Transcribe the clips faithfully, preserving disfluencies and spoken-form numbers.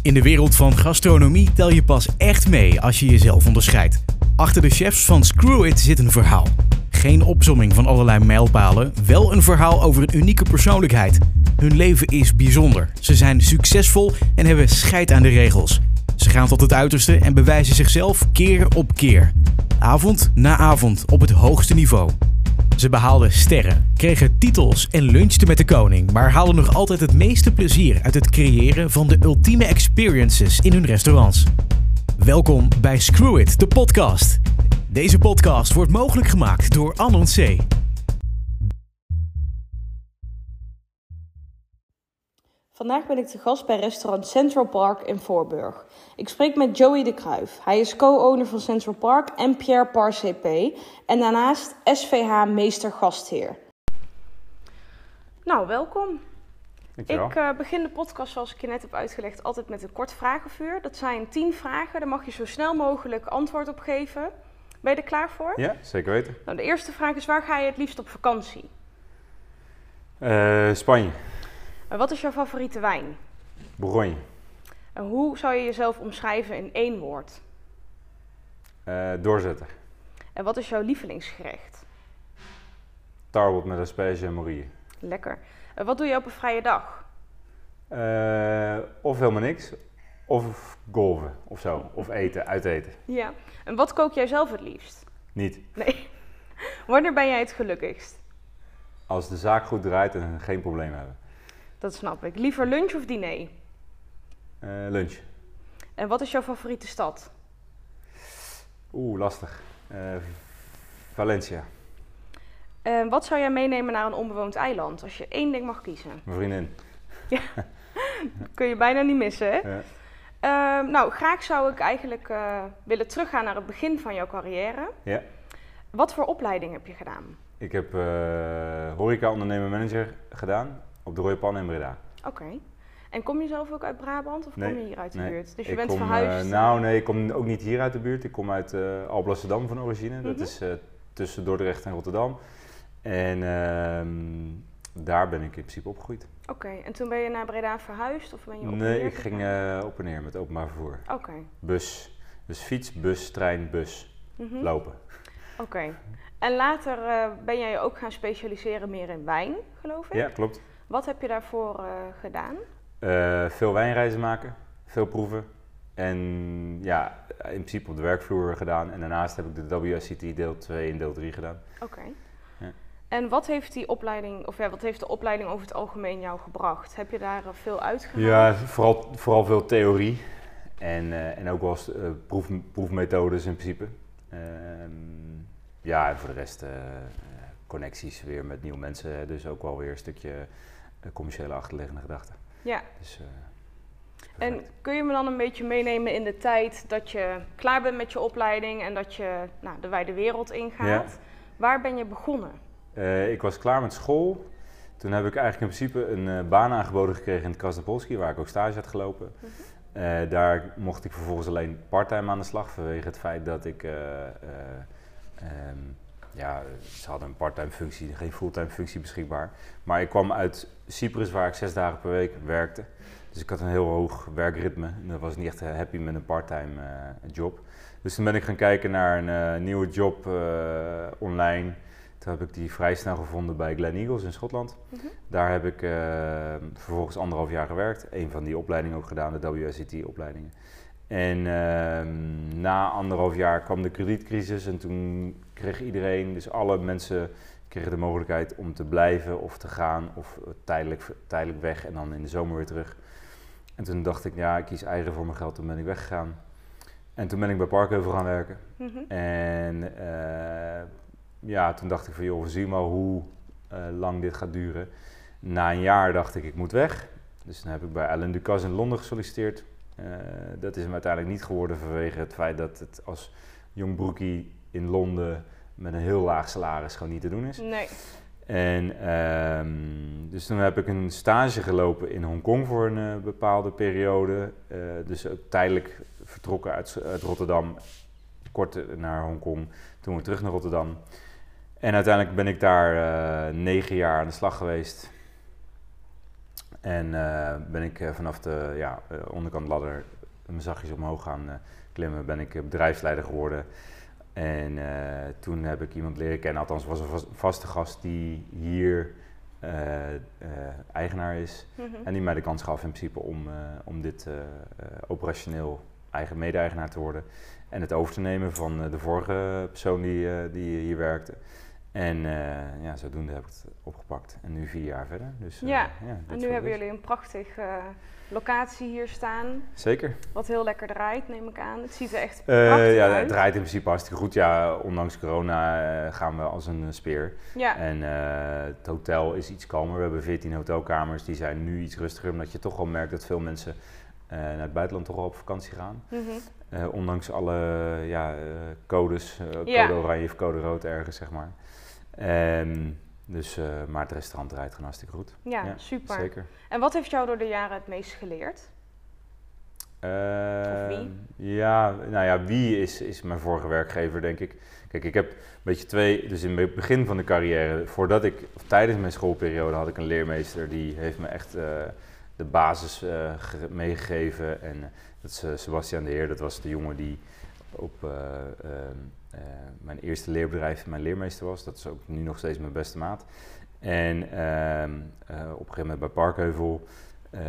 In de wereld van gastronomie tel je pas echt mee als je jezelf onderscheidt. Achter de chefs van Screw It zit een verhaal. Geen opsomming van allerlei mijlpalen, wel een verhaal over een unieke persoonlijkheid. Hun leven is bijzonder. Ze zijn succesvol en hebben scheid aan de regels. Ze gaan tot het uiterste en bewijzen zichzelf keer op keer. Avond na avond op het hoogste niveau. Ze behaalden sterren, kregen titels en lunchten met de koning, maar haalden nog altijd het meeste plezier uit het creëren van de ultieme experiences in hun restaurants. Welkom bij Screw It, de podcast. Deze podcast wordt mogelijk gemaakt door Anon C. Vandaag ben ik te gast bij restaurant Central Park in Voorburg. Ik spreek met Joey de Kruijf. Hij is co-owner van Central Park en Pierre Par C P. En daarnaast S V H Meester Gastheer. Nou, welkom. Dankjewel. Ik uh, begin de podcast zoals ik je net heb uitgelegd altijd met een kort vragenvuur. Dat zijn tien vragen, daar mag je zo snel mogelijk antwoord op geven. Ben je er klaar voor? Ja, zeker weten. Nou, de eerste vraag is, waar ga je het liefst op vakantie? Uh, Spanje. En wat is jouw favoriete wijn? Bourgogne. En hoe zou je jezelf omschrijven in één woord? Uh, doorzetter. En wat is jouw lievelingsgerecht? Tarbot met asperge en morille. Lekker. En wat doe je op een vrije dag? Uh, of helemaal niks, of golven of zo, of eten, uiteten. Ja. En wat kook jij zelf het liefst? Niet. Nee. Wanneer ben jij het gelukkigst? Als de zaak goed draait en geen probleem hebben. Dat snap ik. Liever lunch of diner? Uh, lunch. En wat is jouw favoriete stad? Oeh, lastig. Uh, Valencia. En wat zou jij meenemen naar een onbewoond eiland, als je één ding mag kiezen? Mijn vriendin. Ja, dat kun je bijna niet missen, hè? Ja. Uh, nou, graag zou ik eigenlijk uh, willen teruggaan naar het begin van jouw carrière. Ja. Wat voor opleiding heb je gedaan? Ik heb uh, horeca ondernemer manager gedaan op de Rode Pan in Breda. Oké. Okay. En kom je zelf ook uit Brabant of nee, kom je hier uit de nee. buurt? Dus je ik bent kom, verhuisd? Uh, nou nee, ik kom ook niet hier uit de buurt. Ik kom uit uh, Alblasserdam van origine. Mm-hmm. Dat is uh, tussen Dordrecht en Rotterdam. En uh, daar ben ik in principe opgegroeid. Oké, okay. En toen ben je naar Breda verhuisd of ben je op en Nee, neer ik ging uh, op en neer met openbaar vervoer. Oké. Okay. Bus. Dus fiets, bus, trein, bus. Mm-hmm. Lopen. Oké. Okay. En later uh, ben jij je ook gaan specialiseren meer in wijn, geloof ik? Ja, klopt. Wat heb je daarvoor uh, gedaan? Uh, veel wijnreizen maken, veel proeven. En ja, in principe op de werkvloer gedaan. En daarnaast heb ik de W S C T deel twee en deel drie gedaan. Oké. Okay. Ja. En wat heeft die opleiding, of ja, wat heeft de opleiding over het algemeen jou gebracht? Heb je daar uh, veel uitgehaald? Ja, vooral, vooral veel theorie. En, uh, en ook wel eens, uh, proef, proefmethodes in principe. Uh, ja, en voor de rest uh, connecties weer met nieuwe mensen. Dus ook wel weer een stukje uh, commerciële achterliggende gedachten. Ja. Dus, uh, en kun je me dan een beetje meenemen in de tijd dat je klaar bent met je opleiding en dat je nou, de wijde wereld ingaat? Ja. Waar ben je begonnen? Uh, ik was klaar met school. Toen heb ik eigenlijk in principe een uh, baan aangeboden gekregen in het Krasnopolski, waar ik ook stage had gelopen. Uh-huh. Uh, daar mocht ik vervolgens alleen parttime aan de slag vanwege het feit dat ik... Uh, uh, um, ja, ze hadden een parttime functie, geen fulltime functie beschikbaar. Maar ik kwam uit Cyprus waar ik zes dagen per week werkte. Dus ik had een heel hoog werkritme. En dat was niet echt happy met een parttime uh, job. Dus toen ben ik gaan kijken naar een uh, nieuwe job uh, online. Toen heb ik die vrij snel gevonden bij Glen Eagles in Schotland. Mm-hmm. Daar heb ik uh, vervolgens anderhalf jaar gewerkt. Een van die opleidingen ook gedaan, de W S C T-opleidingen. En uh, na anderhalf jaar kwam de kredietcrisis en toen kreeg iedereen, dus alle mensen kregen de mogelijkheid om te blijven of te gaan of tijdelijk, tijdelijk weg en dan in de zomer weer terug. En toen dacht ik, ja, ik kies eigen voor mijn geld, toen ben ik weggegaan. En toen ben ik bij Parkheuvel gaan werken. Mm-hmm. En uh, ja, toen dacht ik van, joh, we zien wel hoe uh, lang dit gaat duren. Na een jaar dacht ik, ik moet weg. Dus dan heb ik bij Alain Ducasse in Londen gesolliciteerd. Uh, dat is hem uiteindelijk niet geworden vanwege het feit dat het als jong broekie in Londen met een heel laag salaris gewoon niet te doen is. Nee. En um, dus toen heb ik een stage gelopen in Hongkong voor een uh, bepaalde periode. Uh, dus ook tijdelijk vertrokken uit, uit Rotterdam, kort naar Hongkong, toen weer terug naar Rotterdam. En uiteindelijk ben ik daar uh, negen jaar aan de slag geweest. En uh, ben ik uh, vanaf de ja, uh, onderkant ladder mijn zachtjes omhoog gaan uh, klimmen. Ben ik bedrijfsleider geworden. En uh, toen heb ik iemand leren kennen, althans was een vaste gast die hier uh, uh, eigenaar is. Mm-hmm. En die mij de kans gaf in principe om, uh, om dit uh, uh, operationeel eigen mede-eigenaar te worden. En het over te nemen van uh, de vorige persoon die, uh, die hier werkte. En uh, ja, zodoende heb ik het opgepakt. En nu vier jaar verder. Dus, uh, ja, ja en nu hebben jullie een prachtige uh, locatie hier staan. Zeker. Wat heel lekker draait, neem ik aan. Het ziet er echt prachtig uh, ja, uit. Het draait in principe hartstikke goed. Ja, ondanks corona uh, gaan we als een uh, speer. Ja. En uh, het hotel is iets kalmer. We hebben veertien hotelkamers. Die zijn nu iets rustiger. Omdat je toch wel merkt dat veel mensen uh, naar het buitenland toch wel op vakantie gaan. Mm-hmm. Uh, ondanks alle ja, uh, codes. Uh, code ja. oranje of code rood ergens, zeg maar. Um, dus, uh, maar het restaurant draait gewoon hartstikke goed. Ja, ja, super. Zeker. En wat heeft jou door de jaren het meest geleerd? Uh, of wie? Ja, nou ja, wie is, is mijn vorige werkgever, denk ik. Kijk, ik heb een beetje twee, dus in het begin van de carrière, voordat ik, of tijdens mijn schoolperiode had ik een leermeester die heeft me echt uh, de basis uh, ge- meegegeven. En uh, dat is uh, Sebastian de Heer, dat was de jongen die op uh, uh, uh, mijn eerste leerbedrijf mijn leermeester was. Dat is ook nu nog steeds mijn beste maat. En uh, uh, op een gegeven moment bij Parkheuvel uh,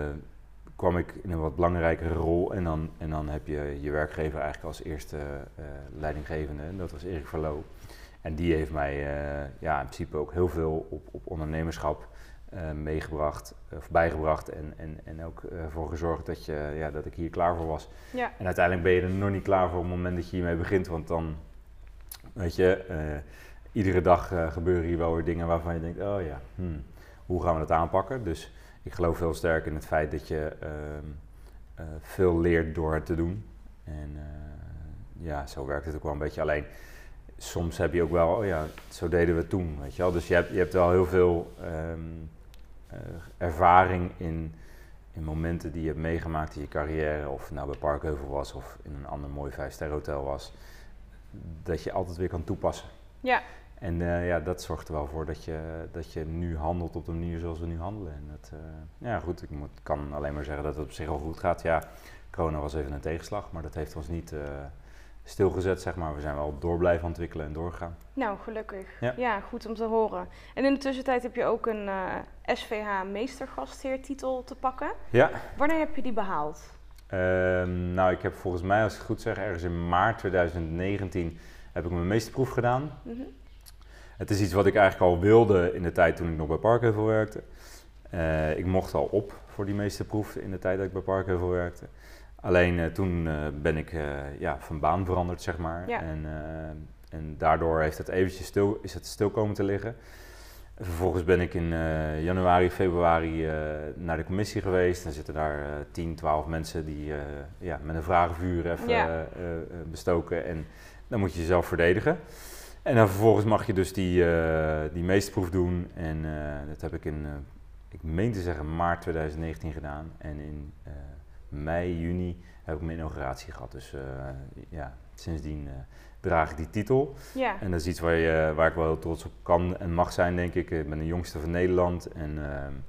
kwam ik in een wat belangrijkere rol. En dan, en dan heb je je werkgever eigenlijk als eerste uh, leidinggevende. En dat was Erik Verloo. En die heeft mij uh, ja, in principe ook heel veel op, op ondernemerschap uh, meegebracht, of bijgebracht. En, en, en ook ervoor uh, gezorgd dat, je, ja, dat ik hier klaar voor was. Ja. En uiteindelijk ben je er nog niet klaar voor op het moment dat je hiermee begint. Want dan, weet je, uh, iedere dag uh, gebeuren hier wel weer dingen waarvan je denkt, oh ja, hmm, hoe gaan we dat aanpakken? Dus ik geloof heel sterk in het feit dat je uh, uh, veel leert door het te doen. En uh, ja, zo werkt het ook wel een beetje. Alleen, soms heb je ook wel, oh ja, zo deden we het toen, weet je wel. Dus je hebt, je hebt wel heel veel um, uh, ervaring in, in momenten die je hebt meegemaakt in je carrière. Of het nou bij Parkheuvel was of in een ander mooi vijfsterren hotel was. Dat je altijd weer kan toepassen. Ja. En uh, ja, dat zorgt er wel voor dat je, dat je nu handelt op de manier zoals we nu handelen. En dat, uh, ja goed, ik moet, kan alleen maar zeggen dat het op zich al goed gaat. Ja, corona was even een tegenslag, maar dat heeft ons niet uh, stilgezet, zeg maar. We zijn wel door blijven ontwikkelen en doorgegaan. Nou, gelukkig. Ja. Ja, goed om te horen. En in de tussentijd heb je ook een uh, S V H meestergastheertitel te pakken. Ja. Wanneer heb je die behaald? Uh, nou, ik heb volgens mij, als ik het goed zeg, ergens in maart twintig negentien heb ik mijn meesterproef gedaan. Mm-hmm. Het is iets wat ik eigenlijk al wilde in de tijd toen ik nog bij Parkheuvel werkte. Uh, ik mocht al op voor die meesterproef in de tijd dat ik bij Parkheuvel werkte. Alleen uh, toen uh, ben ik uh, ja, van baan veranderd, zeg maar. Ja. En, uh, en daardoor heeft het eventjes stil, is het stil komen te liggen. En vervolgens ben ik in uh, januari, februari uh, naar de commissie geweest. Dan zitten daar uh, tien, twaalf mensen die uh, ja, met een vragenvuur even ja. uh, uh, bestoken. En dan moet je jezelf verdedigen. En dan vervolgens mag je dus die, uh, die meesterproef doen. En uh, dat heb ik in, uh, ik meen te zeggen, maart twintig negentien gedaan. En in uh, mei, juni heb ik mijn inauguratie gehad. Dus uh, ja, sindsdien uh, draag ik die titel. Ja. En dat is iets waar, je, waar ik wel heel trots op kan en mag zijn, denk ik. Ik ben de jongste van Nederland. En uh,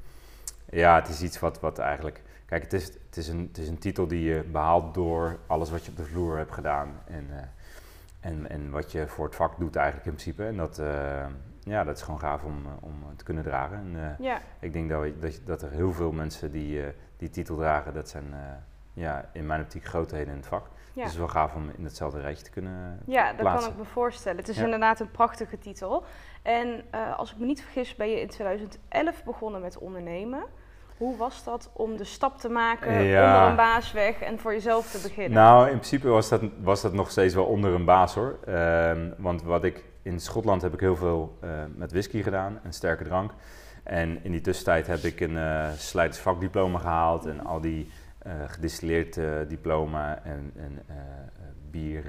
ja, het is iets wat, wat eigenlijk... Kijk, het is, het, is een, het is een titel die je behaalt door alles wat je op de vloer hebt gedaan. En... Uh, En, en wat je voor het vak doet eigenlijk in principe. En dat, uh, ja, dat is gewoon gaaf om, om te kunnen dragen. En, uh, ja. Ik denk dat, we, dat, dat er heel veel mensen die uh, die titel dragen, dat zijn uh, ja, in mijn optiek grootheden in het vak. Ja. Dus het is wel gaaf om in hetzelfde rijtje te kunnen Ja, dat plaatsen. kan ik me voorstellen. Het is ja. inderdaad een prachtige titel. En uh, als ik me niet vergis ben je in twintig elf begonnen met ondernemen. Hoe was dat om de stap te maken ja. onder een baas weg en voor jezelf te beginnen? Nou, in principe was dat, was dat nog steeds wel onder een baas hoor. Uh, want wat ik in Schotland heb ik heel veel uh, met whisky gedaan, een sterke drank. En in die tussentijd heb ik een uh, slijtersvakdiploma gehaald en al die uh, gedistilleerd uh, diploma en, en uh, bier, uh,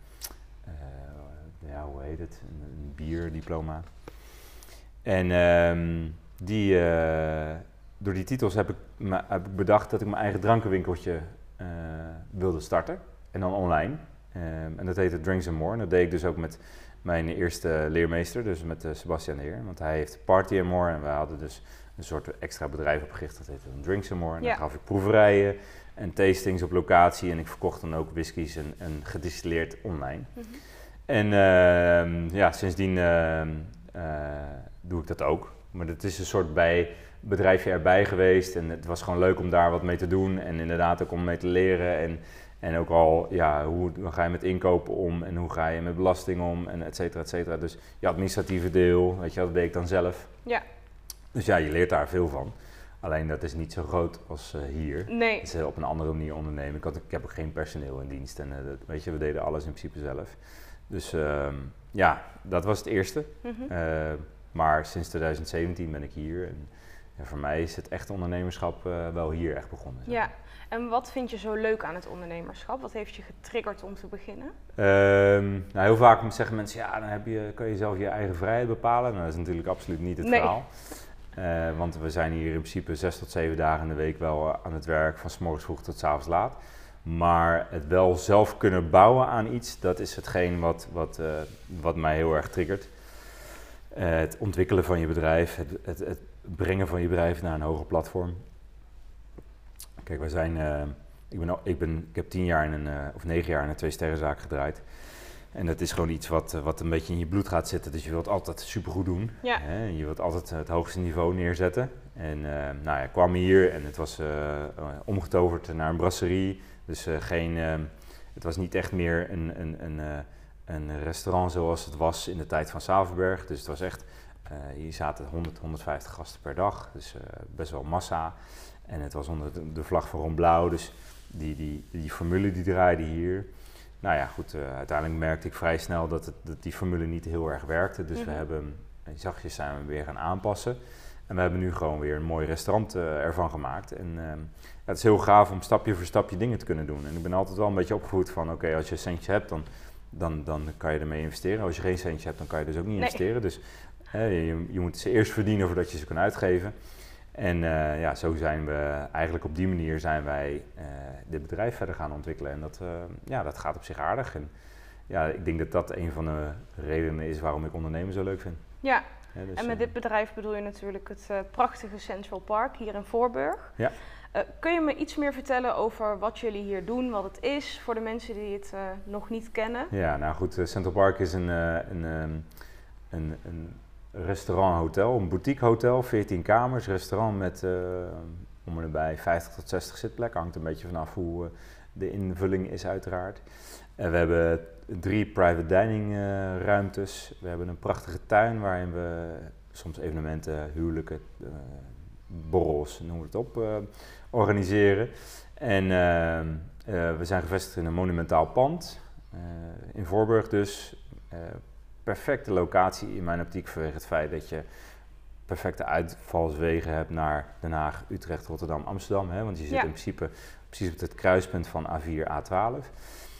uh, ja hoe heet het, een, een bierdiploma. En um, die... Uh, Door die titels heb ik, me, heb ik bedacht dat ik mijn eigen drankenwinkeltje uh, wilde starten. En dan online. Um, en dat heette Drinks and More. En dat deed ik dus ook met mijn eerste leermeester, dus met uh, Sebastian de Heer. Want hij heeft Party and More en we hadden dus een soort extra bedrijf opgericht, dat heette dan Drink Some More. En ja. daar gaf ik proeverijen en tastings op locatie en ik verkocht dan ook whiskies en, en gedistilleerd online. Mm-hmm. En uh, ja, sindsdien uh, uh, doe ik dat ook. Maar het is een soort bij bedrijfje erbij geweest en het was gewoon leuk om daar wat mee te doen en inderdaad ook om mee te leren. En, en ook al, ja, hoe, hoe ga je met inkopen om en hoe ga je met belasting om en et cetera, et cetera. Dus je administratieve deel, weet je, dat deed ik dan zelf. Ja. Dus ja, je leert daar veel van. Alleen dat is niet zo groot als uh, hier. Nee. Het is op een andere manier ondernemen. Ik, had, ik heb ook geen personeel in dienst en uh, dat, weet je, we deden alles in principe zelf. Dus uh, ja, dat was het eerste. Mm-hmm. Uh, maar sinds twintig zeventien ben ik hier en ja, voor mij is het echte ondernemerschap uh, wel hier echt begonnen. Zeg. Ja, en wat vind je zo leuk aan het ondernemerschap? Wat heeft je getriggerd om te beginnen? Um, nou, heel vaak zeggen mensen, ja, dan heb je, kan je zelf je eigen vrijheid bepalen. Nou, dat is natuurlijk absoluut niet het nee. verhaal. Uh, want we zijn hier in principe zes tot zeven dagen in de week wel uh, aan het werk, van 's morgens vroeg tot 's avonds laat. Maar het wel zelf kunnen bouwen aan iets, dat is hetgeen wat, wat, uh, wat mij heel erg triggert. Uh, het ontwikkelen van je bedrijf, het, het, het brengen van je bedrijf naar een hoger platform. Kijk, wij zijn, uh, ik, ben, ik, ben, ik heb tien jaar in een, uh, of negen jaar in een twee-sterrenzaak gedraaid. En dat is gewoon iets wat, wat een beetje in je bloed gaat zitten. Dus je wilt altijd supergoed doen. Ja. Hè? Je wilt altijd het hoogste niveau neerzetten. En uh, nou ja, ik kwam hier en het was uh, uh, omgetoverd naar een brasserie. Dus uh, geen, uh, het was niet echt meer een, een, een, uh, een restaurant zoals het was in de tijd van Savenberg. Dus het was echt, uh, hier zaten honderd, honderdvijftig gasten per dag. Dus uh, best wel massa. En het was onder de, de vlag van Ron Blauw. Dus die, die, die formule die draaide hier. Nou ja, goed, uh, uiteindelijk merkte ik vrij snel dat, het, dat die formule niet heel erg werkte. Dus mm-hmm. we hebben, zachtjes zijn we weer gaan aanpassen. En we hebben nu gewoon weer een mooi restaurant uh, ervan gemaakt. En uh, ja, het is heel gaaf om stapje voor stapje dingen te kunnen doen. En ik ben altijd wel een beetje opgevoed van, oké, okay, als je een centje hebt, dan, dan, dan kan je ermee investeren. Als je geen centje hebt, dan kan je dus ook niet nee. investeren. Dus uh, je, je moet ze eerst verdienen voordat je ze kan uitgeven. En uh, ja, zo zijn we, eigenlijk op die manier zijn wij uh, dit bedrijf verder gaan ontwikkelen. En dat, uh, ja, dat gaat op zich aardig. En ja, ik denk dat dat een van de redenen is waarom ik ondernemen zo leuk vind. Ja, ja dus, en met uh, dit bedrijf bedoel je natuurlijk het uh, prachtige Central Park hier in Voorburg. Ja. Uh, kun je me iets meer vertellen over wat jullie hier doen, wat het is, voor de mensen die het uh, nog niet kennen? Ja, nou goed, uh, Central Park is een... Uh, een, um, een, een restaurant-hotel, een boutique-hotel, veertien kamers, restaurant met uh, om en nabij vijftig tot zestig zitplekken. Hangt een beetje vanaf hoe uh, de invulling is uiteraard. En we hebben drie private dining uh, ruimtes. We hebben een prachtige tuin waarin we soms evenementen, huwelijken, uh, borrels, noem het op, uh, organiseren. En uh, uh, we zijn gevestigd in een monumentaal pand, uh, in Voorburg dus. Uh, perfecte locatie in mijn optiek vanwege het feit dat je perfecte uitvalswegen hebt naar Den Haag, Utrecht, Rotterdam, Amsterdam. Hè? Want je zit ja. in principe precies op het kruispunt van A vier, A twaalf.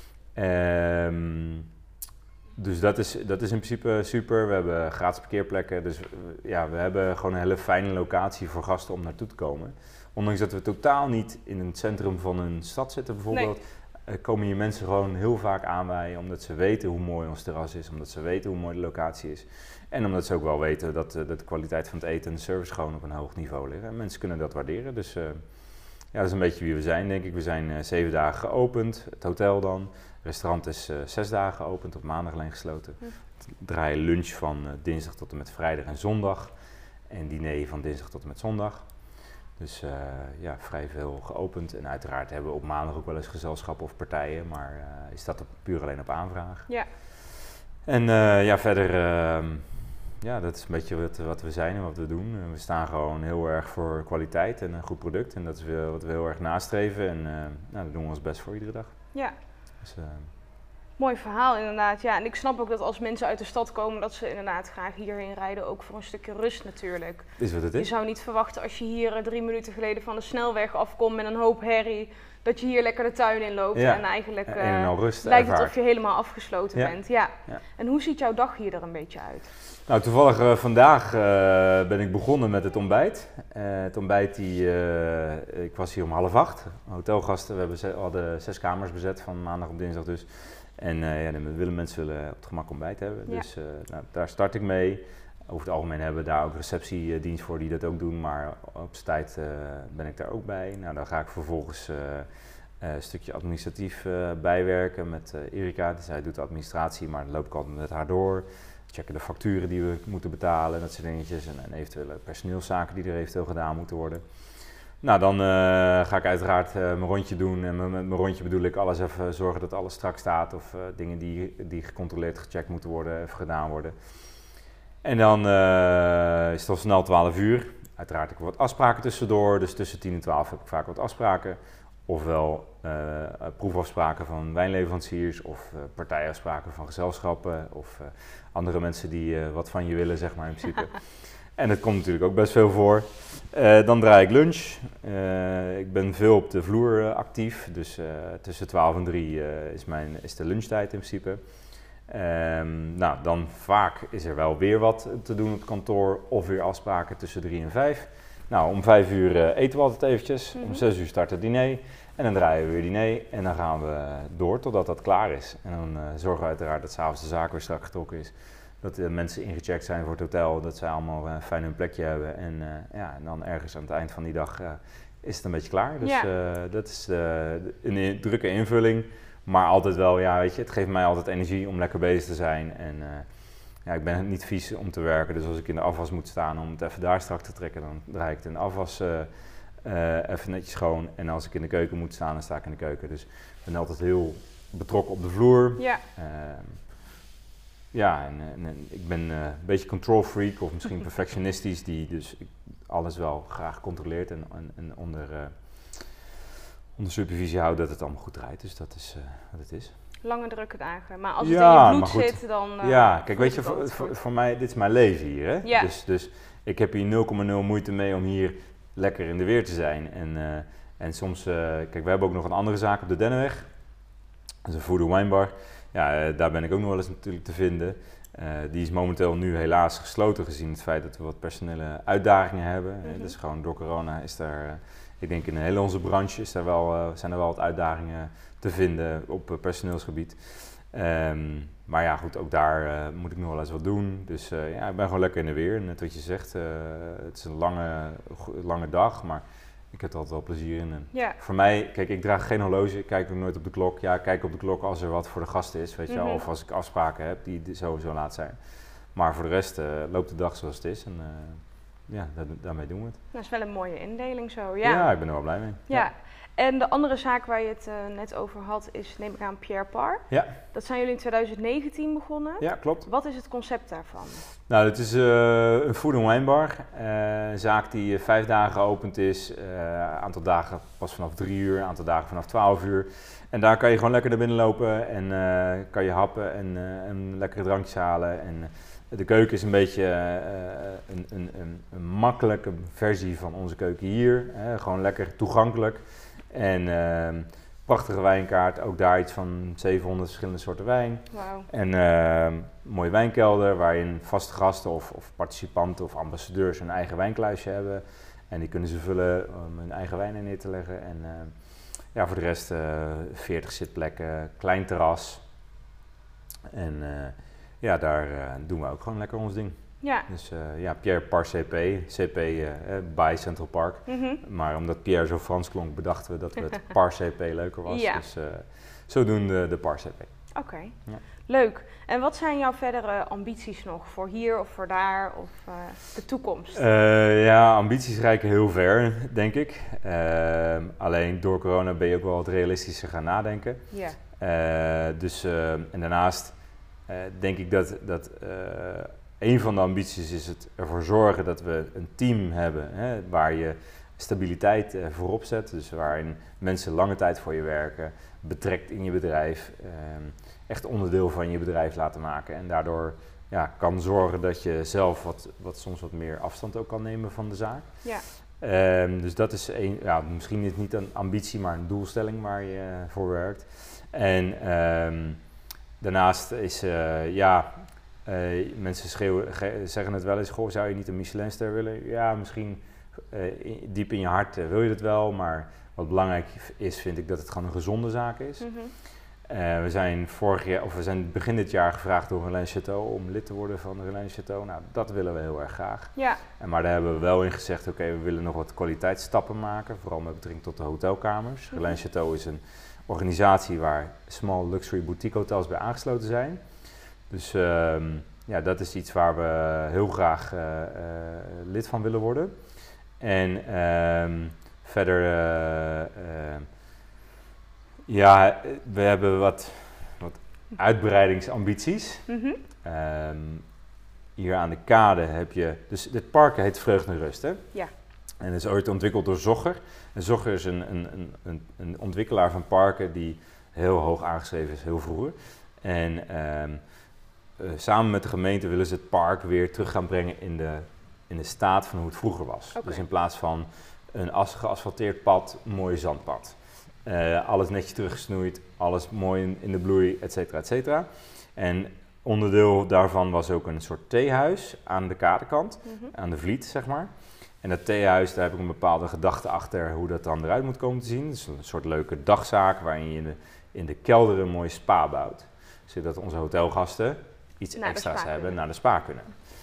Um, dus dat is, dat is in principe super. We hebben gratis parkeerplekken. Dus ja, we hebben gewoon een hele fijne locatie voor gasten om naartoe te komen. Ondanks dat we totaal niet in het centrum van een stad zitten bijvoorbeeld. Nee. Komen hier mensen gewoon heel vaak aanwaaien omdat ze weten hoe mooi ons terras is, omdat ze weten hoe mooi de locatie is. En omdat ze ook wel weten dat, uh, dat de kwaliteit van het eten en de service gewoon op een hoog niveau liggen. En mensen kunnen dat waarderen. Dus uh, ja, dat is een beetje wie we zijn, denk ik. We zijn uh, zeven dagen geopend, het hotel dan. Het restaurant is uh, zes dagen geopend, op maandag alleen gesloten. Hm. We draaien lunch van uh, dinsdag tot en met vrijdag en zondag. En diner van dinsdag tot en met zondag. Dus uh, ja, vrij veel geopend. En uiteraard hebben we op maandag ook wel eens gezelschappen of partijen, maar uh, is dat puur alleen op aanvraag. Ja. En uh, ja, verder, uh, ja, dat is een beetje wat, wat we zijn en wat we doen. Uh, we staan gewoon heel erg voor kwaliteit en een goed product. En dat is weer wat we heel erg nastreven. En uh, nou, dat doen we ons best voor iedere dag. Ja. Dus, uh, mooi verhaal inderdaad, ja. En ik snap ook dat als mensen uit de stad komen, dat ze inderdaad graag hierheen rijden, ook voor een stukje rust natuurlijk. Is wat het is. Je zou niet verwachten als je hier uh, drie minuten geleden van de snelweg afkomt met een hoop herrie, dat je hier lekker de tuin in loopt ja. en eigenlijk uh, en al rust lijkt ervaart. het of je helemaal afgesloten ja. bent. Ja. Ja. En hoe ziet jouw dag hier er een beetje uit? Nou, toevallig uh, vandaag uh, ben ik begonnen met het ontbijt. Uh, het ontbijt, die, uh, ik was hier om half acht. Hotelgasten, we hebben ze, hadden zes kamers bezet van maandag op dinsdag dus. En uh, ja, dan willen mensen willen op het gemak ontbijt hebben. Ja. Dus uh, nou, daar start ik mee. over het algemeen hebben we daar ook receptiedienst voor die dat ook doen, maar op z'n tijd uh, ben ik daar ook bij. Nou, dan ga ik vervolgens uh, uh, een stukje administratief uh, bijwerken met uh, Erika. Dus zij doet de administratie, maar dan loop ik altijd met haar door. Checken de facturen die we moeten betalen en dat soort dingetjes. En, en eventuele personeelszaken die er eventueel gedaan moeten worden. Nou, dan uh, ga ik uiteraard uh, mijn rondje doen. En met mijn rondje bedoel ik alles even zorgen dat alles strak staat. Of uh, dingen die, die gecontroleerd, gecheckt moeten worden, even gedaan worden. En dan uh, is het al snel twaalf uur. Uiteraard heb ik wat afspraken tussendoor. Dus tussen tien en twaalf heb ik vaak wat afspraken. Ofwel uh, proefafspraken van wijnleveranciers of uh, partijafspraken van gezelschappen. Of uh, andere mensen die uh, wat van je willen, zeg maar in principe. En dat komt natuurlijk ook best veel voor. Uh, dan draai ik lunch. Uh, ik ben veel op de vloer uh, actief. Dus uh, tussen twaalf en drie uh, is, mijn, is de lunchtijd in principe. Um, nou, dan vaak is er wel weer wat te doen op het kantoor. Of weer afspraken tussen drie en vijf. Nou, om vijf uur uh, eten we altijd eventjes. Mm-hmm. Om zes uur start het diner. En dan draaien we weer diner. En dan gaan we door totdat dat klaar is. En dan uh, zorgen we uiteraard dat 's avonds de zaak weer strak getrokken is. Dat de mensen ingecheckt zijn voor het hotel, dat zij allemaal uh, fijn hun plekje hebben. En, uh, ja, en dan ergens aan het eind van die dag uh, is het een beetje klaar. Dus ja. uh, dat is uh, een in, drukke invulling. Maar altijd wel, ja, weet je, het geeft mij altijd energie om lekker bezig te zijn. En uh, ja, ik ben niet vies om te werken. Dus als ik in de afwas moet staan om het even daar strak te trekken, dan draai ik het in de afwas uh, uh, even netjes schoon. En als ik in de keuken moet staan, dan sta ik in de keuken. Dus ik ben altijd heel betrokken op de vloer. Ja. Uh, Ja, en, en, en ik ben uh, een beetje control freak of misschien perfectionistisch, die dus alles wel graag controleert en, en, en onder, uh, onder supervisie houdt dat het allemaal goed draait. Dus dat is uh, wat het is. Lange drukke dagen, maar als het ja, in je bloed zit, dan... Uh, ja, kijk, weet je, voor, voor, voor mij, dit is mijn leven hier, hè? Ja. Dus, dus ik heb hier nul komma nul moeite mee om hier lekker in de weer te zijn. En, uh, en soms, uh, kijk, we hebben ook nog een andere zaak op de Dennenweg. Dat is een food- en wijnbar. Ja, uh, daar ben ik ook nog wel eens natuurlijk te vinden. Uh, die is momenteel nu helaas gesloten gezien het feit dat we wat personele uitdagingen hebben. Mm-hmm. Uh, dus gewoon door corona is daar, uh, ik denk in hele onze branche is daar wel, uh, zijn er wel wat uitdagingen te vinden op uh, personeelsgebied. Um, maar ja goed, ook daar uh, moet ik nog wel eens wat doen. Dus uh, ja, ik ben gewoon lekker in de weer. Net wat je zegt, uh, het is een lange, lange dag, maar ik heb er altijd wel plezier in. En ja. Voor mij, kijk, ik draag geen horloge, ik kijk ook nooit op de klok. Ja, ik kijk op de klok als er wat voor de gasten is, weet je wel. Mm-hmm. Of als ik afspraken heb die sowieso laat zijn. Maar voor de rest uh, loopt de dag zoals het is en uh, ja, da- daarmee doen we het. Dat is wel een mooie indeling zo, ja. Ja, ik ben er wel blij mee. Ja. ja. En de andere zaak waar je het uh, net over had is, neem ik aan, Pierre Par. Ja. Dat zijn jullie in twintig negentien begonnen. Ja, klopt. Wat is het concept daarvan? Nou, het is uh, een food- en wijnbar. Uh, een zaak die uh, vijf dagen geopend is. Een uh, aantal dagen pas vanaf drie uur, een aantal dagen vanaf twaalf uur. En daar kan je gewoon lekker naar binnen lopen en uh, kan je happen en, uh, en lekkere drankjes halen. En, uh, de keuken is een beetje uh, een, een, een, een makkelijke versie van onze keuken hier. Uh, gewoon lekker toegankelijk. En uh, prachtige wijnkaart, ook daar iets van zevenhonderd verschillende soorten wijn. Wow. En uh, een mooie wijnkelder waarin vaste gasten of, of participanten of ambassadeurs hun eigen wijnkluisje hebben. En die kunnen ze vullen om hun eigen wijn in neer te leggen. En uh, ja, voor de rest uh, veertig zitplekken, klein terras. En uh, ja, daar uh, doen we ook gewoon lekker ons ding. Ja. Dus uh, ja, Pierre Par C P, C P uh, by Central Park. Mm-hmm. Maar omdat Pierre zo Frans klonk, bedachten we dat we het Par C P leuker was. Ja. Dus uh, zodoende de Par C P. Oké, okay. Ja. Leuk. En wat zijn jouw verdere ambities nog voor hier of voor daar of uh, de toekomst? Uh, ja, ambities reiken heel ver, denk ik. Uh, alleen door corona ben je ook wel wat realistischer gaan nadenken. Ja. Uh, dus, uh, en daarnaast uh, denk ik dat, dat uh, een van de ambities is het ervoor zorgen dat we een team hebben, hè, waar je stabiliteit uh, voorop zet. Dus waarin mensen lange tijd voor je werken, betrekt in je bedrijf, uh, echt onderdeel van je bedrijf laten maken. En daardoor ja, kan zorgen dat je zelf wat, wat soms wat meer afstand ook kan nemen van de zaak. Ja. Um, dus dat is een, ja, misschien is het niet een ambitie, maar een doelstelling waar je uh, voor werkt. En um, daarnaast is, uh, ja, uh, mensen schreeuwen, ge- zeggen het wel eens, goh, zou je niet een Michelinster willen? Ja, misschien uh, in, diep in je hart uh, wil je het wel, maar wat belangrijk is, vind ik dat het gewoon een gezonde zaak is. Mm-hmm. Uh, we zijn vorig jaar, of we zijn begin dit jaar gevraagd door Relaine Chateau om lid te worden van Relaine Chateau. Nou, dat willen we heel erg graag. Ja. En, maar daar hebben we wel in gezegd, oké, okay, we willen nog wat kwaliteitsstappen maken, vooral met betrekking tot de hotelkamers. Mm-hmm. Relaine Chateau is een organisatie waar small luxury boutique hotels bij aangesloten zijn. Dus uh, ja, dat is iets waar we heel graag uh, uh, lid van willen worden. En uh, verder, uh, uh, ja, we hebben wat, wat uitbreidingsambities. Mm-hmm. Um, hier aan de kade heb je, dus dit park heet Vreugde en Rust, hè? Ja. En is ooit ontwikkeld door Zogger. En Zogger is een, een, een, een ontwikkelaar van parken die heel hoog aangeschreven is, heel vroeger. En um, uh, samen met de gemeente willen ze het park weer terug gaan brengen in de, in de staat van hoe het vroeger was. Okay. Dus in plaats van een as, geasfalteerd pad, een mooi zandpad. Uh, alles netjes teruggesnoeid, alles mooi in, in de bloei, et cetera, et cetera. En onderdeel daarvan was ook een soort theehuis aan de kadekant, mm-hmm. aan de Vliet, zeg maar. En dat theehuis, daar heb ik een bepaalde gedachte achter hoe dat dan eruit moet komen te zien. Dus een soort leuke dagzaak waarin je in de, in de kelder een mooie spa bouwt. Zodat onze hotelgasten iets naar extra's hebben, kunnen. naar de spa kunnen.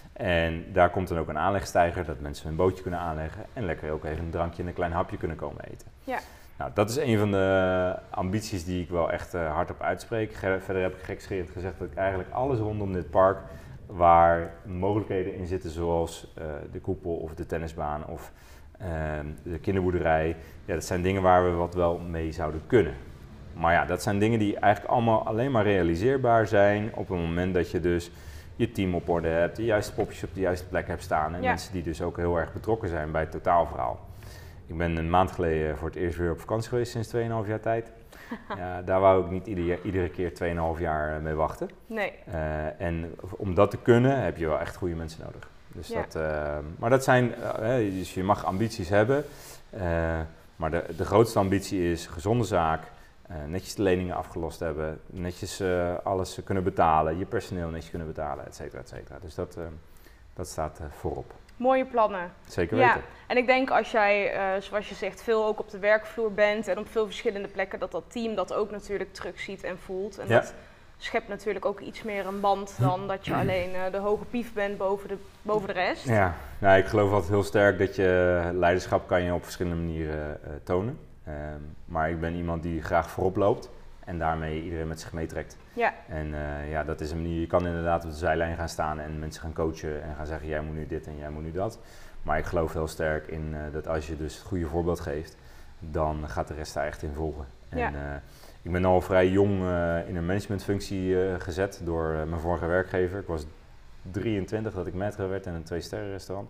En daar komt dan ook een aanlegstijger, dat mensen een bootje kunnen aanleggen. En lekker ook even een drankje en een klein hapje kunnen komen eten. Ja. Nou, dat is een van de ambities die ik wel echt uh, hardop uitspreek. Verder heb ik gekscherend gezegd dat ik eigenlijk alles rondom dit park, waar mogelijkheden in zitten zoals uh, de koepel of de tennisbaan of uh, de kinderboerderij. Ja, dat zijn dingen waar we wat wel mee zouden kunnen. Maar ja, dat zijn dingen die eigenlijk allemaal alleen maar realiseerbaar zijn op het moment dat je dus je team op orde hebt, de juiste popjes op de juiste plek hebt staan en ja. mensen die dus ook heel erg betrokken zijn bij het totaalverhaal. Ik ben een maand geleden voor het eerst weer op vakantie geweest sinds twee komma vijf jaar tijd. Ja, daar wou ik niet ieder, iedere keer twee komma vijf jaar mee wachten. Nee. Uh, en om dat te kunnen heb je wel echt goede mensen nodig. Dus ja. dat, uh, maar dat zijn, uh, dus je mag ambities hebben. Uh, maar de, de grootste ambitie is gezonde zaak, uh, netjes de leningen afgelost hebben, netjes uh, alles kunnen betalen, je personeel netjes kunnen betalen, et cetera, et cetera. Dus dat, uh, dat staat uh, voorop. Mooie plannen. Zeker weten. Ja, en ik denk als jij, uh, zoals je zegt, veel ook op de werkvloer bent en op veel verschillende plekken, dat dat team dat ook natuurlijk terugziet en voelt. En ja. dat schept natuurlijk ook iets meer een band dan dat je alleen uh, de hoge pief bent boven de, boven de rest. Ja, nou, ik geloof altijd heel sterk dat je leiderschap kan je op verschillende manieren uh, tonen. Uh, maar ik ben iemand die graag voorop loopt en daarmee iedereen met zich meetrekt. Ja. En uh, ja, dat is een manier, je kan inderdaad op de zijlijn gaan staan en mensen gaan coachen en gaan zeggen jij moet nu dit en jij moet nu dat. Maar ik geloof heel sterk in uh, dat als je dus het goede voorbeeld geeft, dan gaat de rest daar echt in volgen. En, ja. uh, ik ben al vrij jong uh, in een managementfunctie uh, gezet door uh, mijn vorige werkgever. Ik was drieëntwintig dat ik maître werd in een twee-sterren restaurant.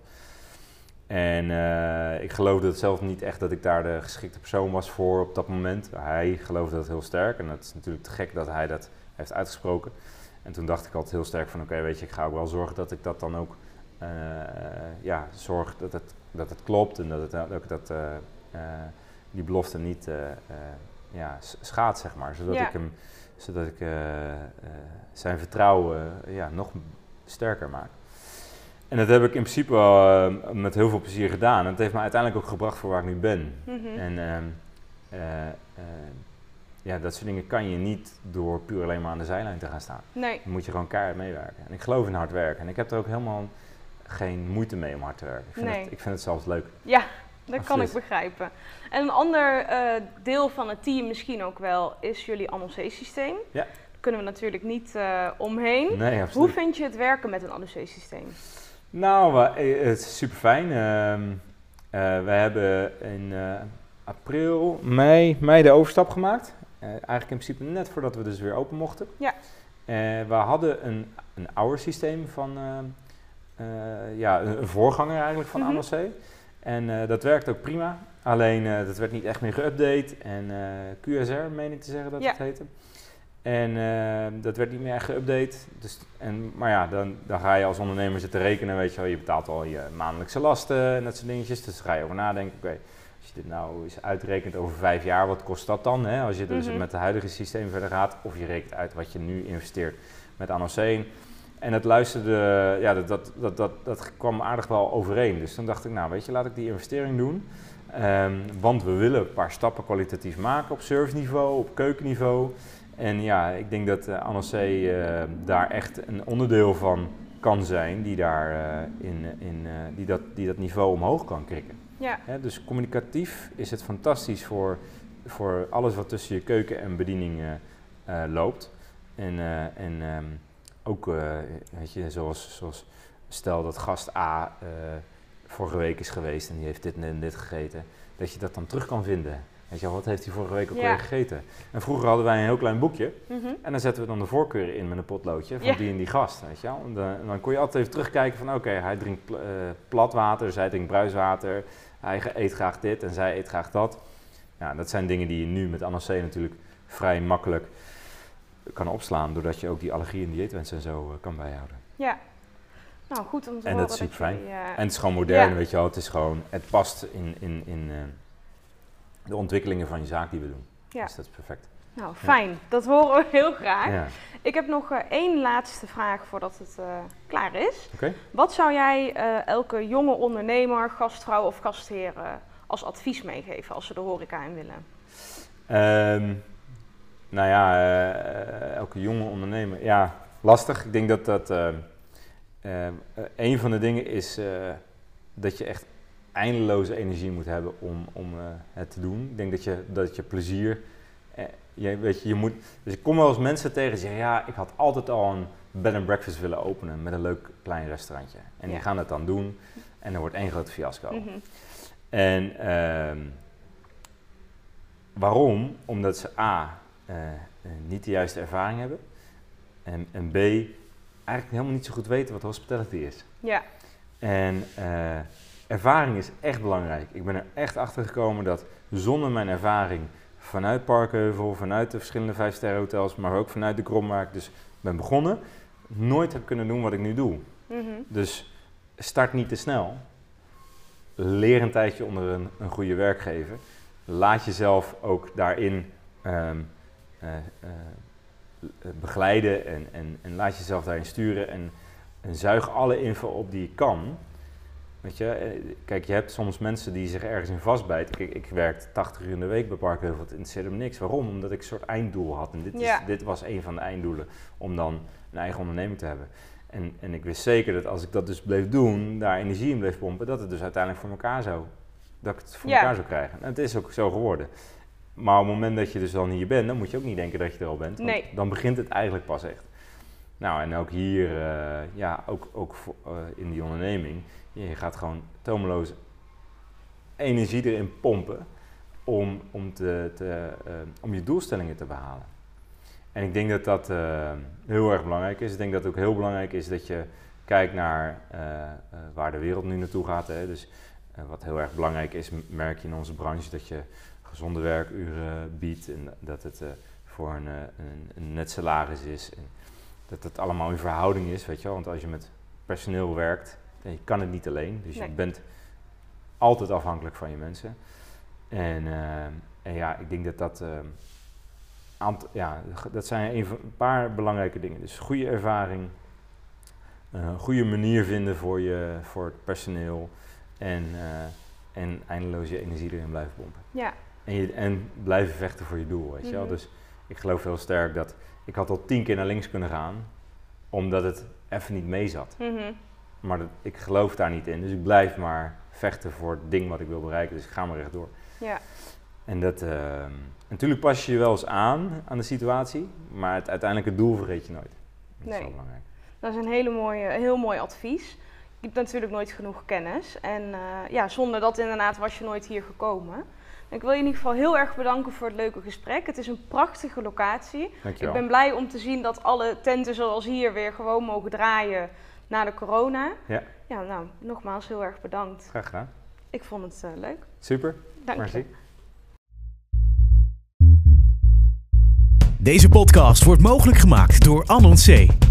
En uh, ik geloofde het zelf niet echt dat ik daar de geschikte persoon was voor op dat moment. Hij geloofde dat heel sterk en dat is natuurlijk te gek dat hij dat heeft uitgesproken. En toen dacht ik altijd heel sterk van oké, okay, weet je, ik ga ook wel zorgen dat ik dat dan ook, uh, ja, zorg dat het, dat het klopt en dat, het, dat ik dat, uh, uh, die belofte niet uh, uh, ja, schaadt, zeg maar. Zodat ja. ik hem, zodat ik uh, uh, zijn vertrouwen uh, ja, nog sterker maak. En dat heb ik in principe uh, met heel veel plezier gedaan. En het heeft me uiteindelijk ook gebracht voor waar ik nu ben. Mm-hmm. En uh, uh, uh, ja, dat soort dingen kan je niet door puur alleen maar aan de zijlijn te gaan staan. Nee. Dan moet je gewoon keihard meewerken. En ik geloof in hard werken. En ik heb er ook helemaal geen moeite mee om hard te werken. Ik vind, nee. het, ik vind het zelfs leuk. Ja, dat Absoluut. kan ik begrijpen. En een ander uh, deel van het team misschien ook wel is jullie annoncé-systeem. Ja. Daar kunnen we natuurlijk niet uh, omheen. Nee, absoluut. Hoe vind je het werken met een annoncé-systeem? Nou, uh, het is super fijn. Uh, uh, we hebben in uh, april, mei, mei de overstap gemaakt. Uh, eigenlijk in principe net voordat we dus weer open mochten. Ja. Uh, we hadden een, een ouder systeem van, uh, uh, ja, een, een voorganger eigenlijk van mm-hmm. Annoncé. En uh, dat werkt ook prima. Alleen uh, dat werd niet echt meer geüpdate. En uh, Q S R, meen ik te zeggen dat ja. het heette. En uh, dat werd niet meer echt geüpdate. Dus, en, maar ja, dan, dan ga je als ondernemer zitten rekenen, weet je wel. Je betaalt al je maandelijkse lasten en dat soort dingetjes. Dus dan ga je over nadenken, oké, okay, als je dit nou eens uitrekent over vijf jaar, wat kost dat dan? Hè? Als je dus mm-hmm. met het huidige systeem verder gaat, of je rekent uit wat je nu investeert met Annoncé. En dat luisterde, ja, dat, dat, dat, dat, dat kwam aardig wel overeen. Dus toen dacht ik, nou weet je, laat ik die investering doen. Um, want we willen een paar stappen kwalitatief maken op serviceniveau, op keukenniveau. En ja, ik denk dat uh, Anne C. Uh, daar echt een onderdeel van kan zijn die, daar, uh, in, in, uh, die, dat, die dat niveau omhoog kan krikken. Ja. Hè, dus communicatief is het fantastisch voor, voor alles wat tussen je keuken en bediening uh, uh, loopt. En, uh, en um, ook, uh, weet je, zoals, zoals stel dat gast A uh, vorige week is geweest en die heeft dit en dit gegeten, dat je dat dan terug kan vinden. Weet je wel, wat heeft hij vorige week ook ja. weer gegeten? En vroeger hadden wij een heel klein boekje Mm-hmm. en dan zetten we dan de voorkeuren in met een potloodje van ja. die en die gast, weet je wel. En dan, en dan kon je altijd even terugkijken van oké, okay, hij drinkt pl- uh, plat water, zij drinkt bruiswater, hij eet graag dit en zij eet graag dat. Ja, dat zijn dingen die je nu met Anne C. natuurlijk vrij makkelijk kan opslaan, doordat je ook die allergie en dieetwensen en zo uh, kan bijhouden. Ja, nou goed om te En horen dat is super fijn. Je, uh, en het is gewoon modern, ja. weet je wel. Het is gewoon, het past in, in, in uh, de ontwikkelingen van je zaak die we doen. Ja. Dus dat is perfect. Nou, fijn. Ja. Dat horen we heel graag. Ja. Ik heb nog uh, één laatste vraag voordat het uh, klaar is. Okay. Wat zou jij uh, elke jonge ondernemer, gastvrouw of gastheer uh, als advies meegeven als ze de horeca in willen? Um, nou ja, uh, elke jonge ondernemer, ja, lastig. Ik denk dat dat uh, uh, een van de dingen is uh, dat je echt eindeloze energie moet hebben om, om uh, het te doen. Ik denk dat je, dat je plezier, uh, je, weet je, je moet, dus ik kom wel eens mensen tegen die zeggen, ja, ik had altijd al een bed and breakfast willen openen met een leuk klein restaurantje. En die ja. gaan het dan doen en er wordt één groot fiasco. Mm-hmm. En uh, waarom? Omdat ze A, uh, uh, niet de juiste ervaring hebben en, en B, eigenlijk helemaal niet zo goed weten wat hospitality is. Ja. En uh, ervaring is echt belangrijk. Ik ben er echt achter gekomen dat zonder mijn ervaring vanuit Parkheuvel, vanuit de verschillende vijf-sterren hotels, maar ook vanuit de Grom waar ik dus ben begonnen, nooit heb kunnen doen wat ik nu doe. Mm-hmm. Dus start niet te snel. Leer een tijdje onder een, een goede werkgever. Laat jezelf ook daarin um, uh, uh, begeleiden en, en, en laat jezelf daarin sturen en, en zuig alle info op die je kan. Weet je, kijk, je hebt soms mensen die zich ergens in vastbijten. Kijk, ik werkte tachtig uur in de week bij Parkheuvel, het interesseerde me niks. Waarom? Omdat ik een soort einddoel had. En dit, ja. is, dit was een van de einddoelen, om dan een eigen onderneming te hebben. En, en ik wist zeker dat als ik dat dus bleef doen, daar energie in bleef pompen, dat het dus uiteindelijk voor elkaar zou, dat ik het voor ja. elkaar zou krijgen. En het is ook zo geworden. Maar op het moment dat je dus dan hier bent, dan moet je ook niet denken dat je er al bent. Want nee. dan begint het eigenlijk pas echt. Nou, en ook hier, uh, ja, ook, ook voor, uh, in die onderneming, je gaat gewoon tomeloos energie erin pompen om, om, te, te, uh, om je doelstellingen te behalen. En ik denk dat dat uh, heel erg belangrijk is. Ik denk dat het ook heel belangrijk is dat je kijkt naar uh, uh, waar de wereld nu naartoe gaat. Hè. Dus uh, wat heel erg belangrijk is, merk je in onze branche dat je gezonde werkuren biedt en dat het uh, voor een, uh, een, een net salaris is. En dat het allemaal in verhouding is, weet je wel. Want als je met personeel werkt, dan je kan het niet alleen. Dus nee. je bent altijd afhankelijk van je mensen. En, uh, en ja, ik denk dat dat... Uh, Aant, ja, dat zijn een, een paar belangrijke dingen. Dus goede ervaring, uh, een goede manier vinden voor, je, voor het personeel en, uh, en eindeloos je energie erin blijven pompen. Ja. En, je, en blijven vechten voor je doel, weet je mm-hmm. wel. Dus ik geloof heel sterk dat ik had al tien keer naar links kunnen gaan, omdat het even niet mee zat. Mm-hmm. Maar dat, ik geloof daar niet in, dus ik blijf maar vechten voor het ding wat ik wil bereiken, dus ik ga maar rechtdoor. Ja. En dat, uh, natuurlijk pas je je wel eens aan, aan de situatie, maar het uiteindelijke doel vergeet je nooit. Dat nee. is wel belangrijk. Dat is een hele mooie, heel mooi advies. Je hebt natuurlijk nooit genoeg kennis. En uh, ja, zonder dat inderdaad was je nooit hier gekomen. Ik wil je in ieder geval heel erg bedanken voor het leuke gesprek. Het is een prachtige locatie. Dankjewel. Ik ben blij om te zien dat alle tenten zoals hier weer gewoon mogen draaien na de corona. Ja. Ja, nou, nogmaals heel erg bedankt. Graag gedaan. Ik vond het uh, leuk. Super. Dank Merci. je. Deze podcast wordt mogelijk gemaakt door Anon C.